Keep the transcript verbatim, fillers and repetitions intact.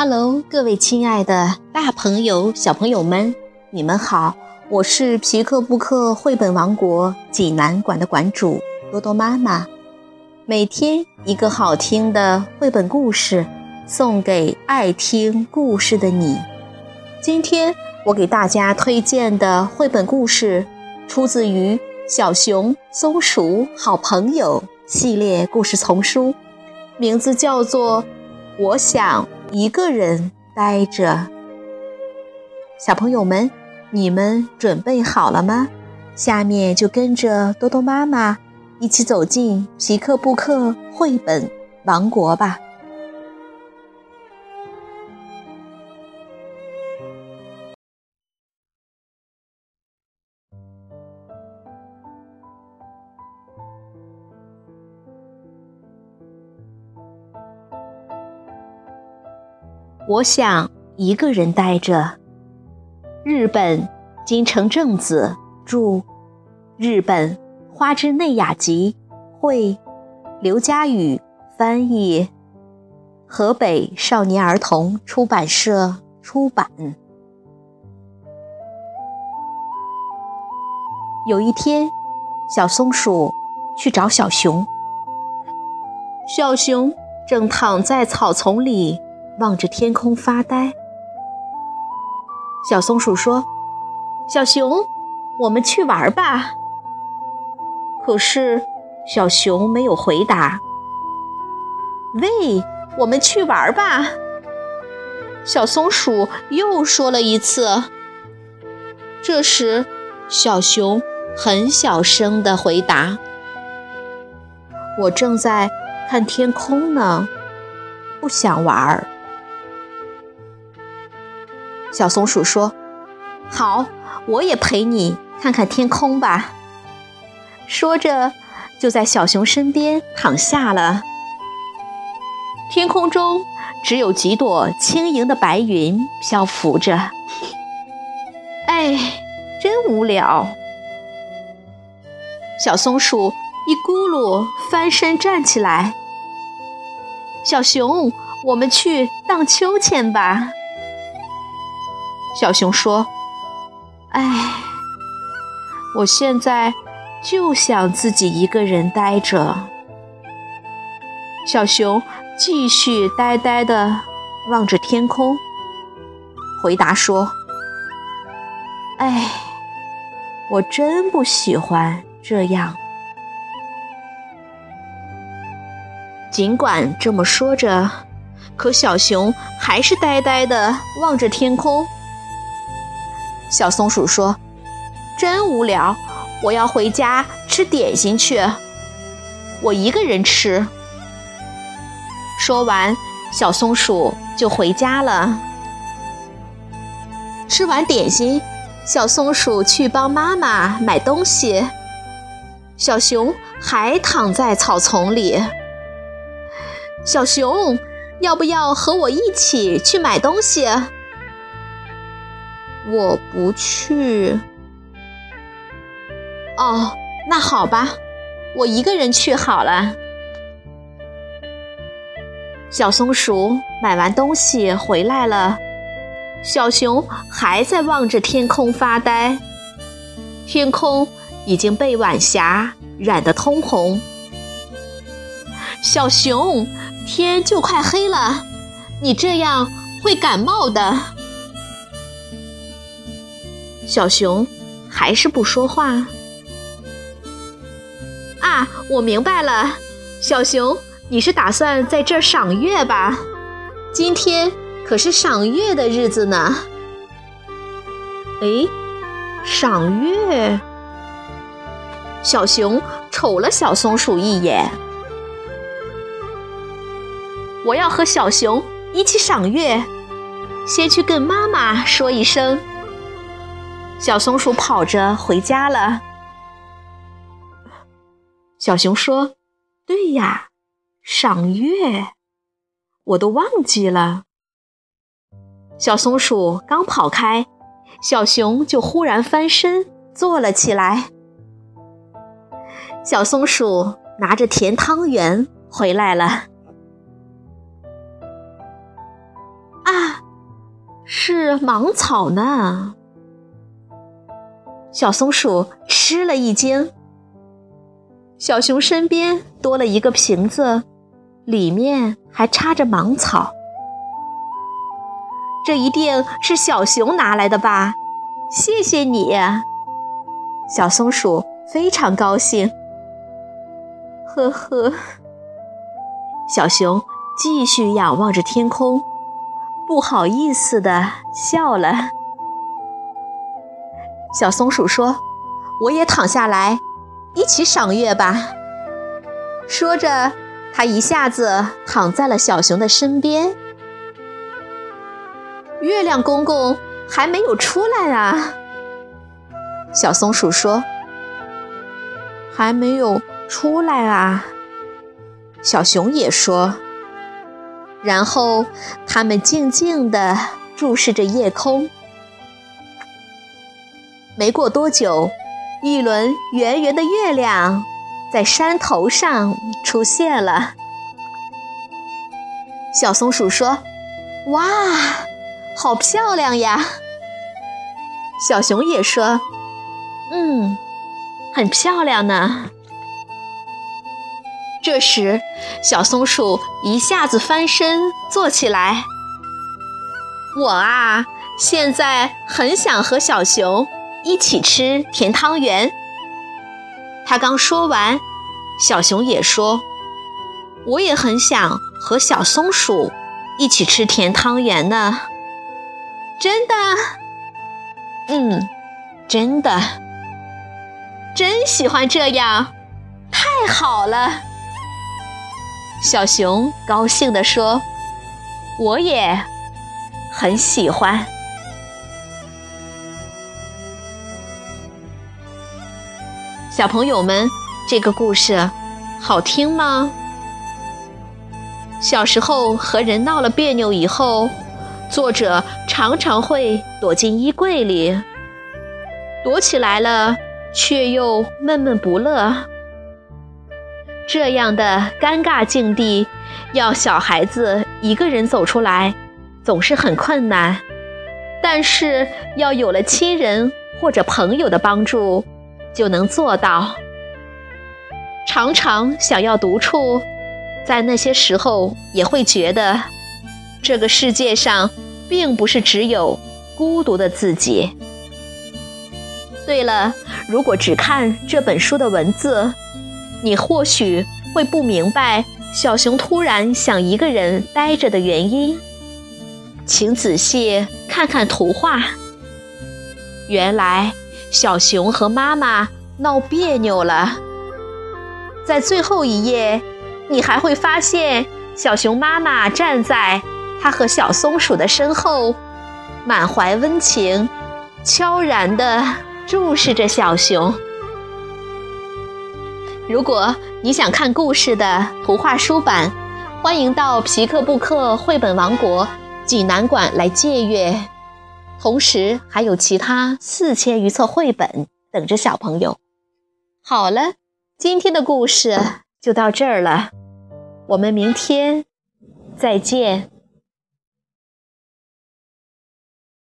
Hello， 各位亲爱的大朋友、小朋友们，你们好，我是皮克布克绘本王国济南馆的馆主多多妈妈。每天一个好听的绘本故事，送给爱听故事的你。今天我给大家推荐的绘本故事，出自于小熊、松鼠好朋友系列故事丛书，名字叫做《我想一个人待着》。小朋友们，你们准备好了吗？下面就跟着多多妈妈一起走进皮克布克绘本王国吧。我想一个人待着。日本金城正子著，日本花之内雅吉绘，刘佳宇翻译，河北少年儿童出版社出版。有一天，小松鼠去找小熊，小熊正躺在草丛里望着天空发呆。小松鼠说：小熊，我们去玩吧。可是小熊没有回答。喂，我们去玩吧。小松鼠又说了一次。这时小熊很小声地回答：我正在看天空呢，不想玩。小松鼠说：好，我也陪你看看天空吧。说着就在小熊身边躺下了。天空中只有几朵轻盈的白云漂浮着。哎，真无聊。小松鼠一咕噜翻身站起来。小熊，我们去荡秋千吧。小熊说：哎，我现在就想自己一个人待着。小熊继续呆呆地望着天空，回答说：哎，我真不喜欢这样。尽管这么说着，可小熊还是呆呆地望着天空。小松鼠说：真无聊，我要回家吃点心去，我一个人吃。说完，小松鼠就回家了。吃完点心，小松鼠去帮妈妈买东西。小熊还躺在草丛里。小熊，要不要和我一起去买东西？我不去。哦，那好吧，我一个人去好了。小松鼠买完东西回来了，小熊还在望着天空发呆。天空已经被晚霞染得通红。小熊，天就快黑了，你这样会感冒的。小熊还是不说话。啊，我明白了，小熊，你是打算在这儿赏月吧？今天可是赏月的日子呢。诶，赏月？小熊瞅了小松鼠一眼。我要和小熊一起赏月，先去跟妈妈说一声。小松鼠跑着回家了。小熊说：对呀，赏月，我都忘记了。小松鼠刚跑开，小熊就忽然翻身坐了起来。小松鼠拿着甜汤圆回来了。啊， 是芒草呢。小松鼠吃了一惊，小熊身边多了一个瓶子，里面还插着芒草。这一定是小熊拿来的吧？谢谢你。小松鼠非常高兴。呵呵。小熊继续仰望着天空，不好意思地笑了。小松鼠说：“我也躺下来，一起赏月吧。”说着，它一下子躺在了小熊的身边。月亮公公还没有出来啊。小松鼠说：“还没有出来啊。”小熊也说。然后他们静静地注视着夜空。没过多久，一轮圆圆的月亮在山头上出现了。小松鼠说：“哇，好漂亮呀！”小熊也说：“嗯，很漂亮呢。”这时，小松鼠一下子翻身坐起来。我啊，现在很想和小熊一起吃甜汤圆。他刚说完，小熊也说：“我也很想和小松鼠一起吃甜汤圆呢。”真的？嗯，真的。真喜欢这样，太好了。小熊高兴地说：“我也很喜欢。”小朋友们，这个故事好听吗？小时候和人闹了别扭以后，作者常常会躲进衣柜里，躲起来了却又闷闷不乐。这样的尴尬境地，要小孩子一个人走出来，总是很困难。但是要有了亲人或者朋友的帮助，就能做到。常常想要独处，在那些时候也会觉得，这个世界上并不是只有孤独的自己。对了，如果只看这本书的文字，你或许会不明白小熊突然想一个人待着的原因。请仔细看看图画。原来小熊和妈妈闹别扭了。在最后一页，你还会发现小熊妈妈站在它和小松鼠的身后，满怀温情，悄然地注视着小熊。如果你想看故事的图画书版，欢迎到皮克布克绘本王国济南馆来借阅，同时还有其他四千余册绘本等着小朋友。好了，今天的故事就到这儿了，我们明天再见。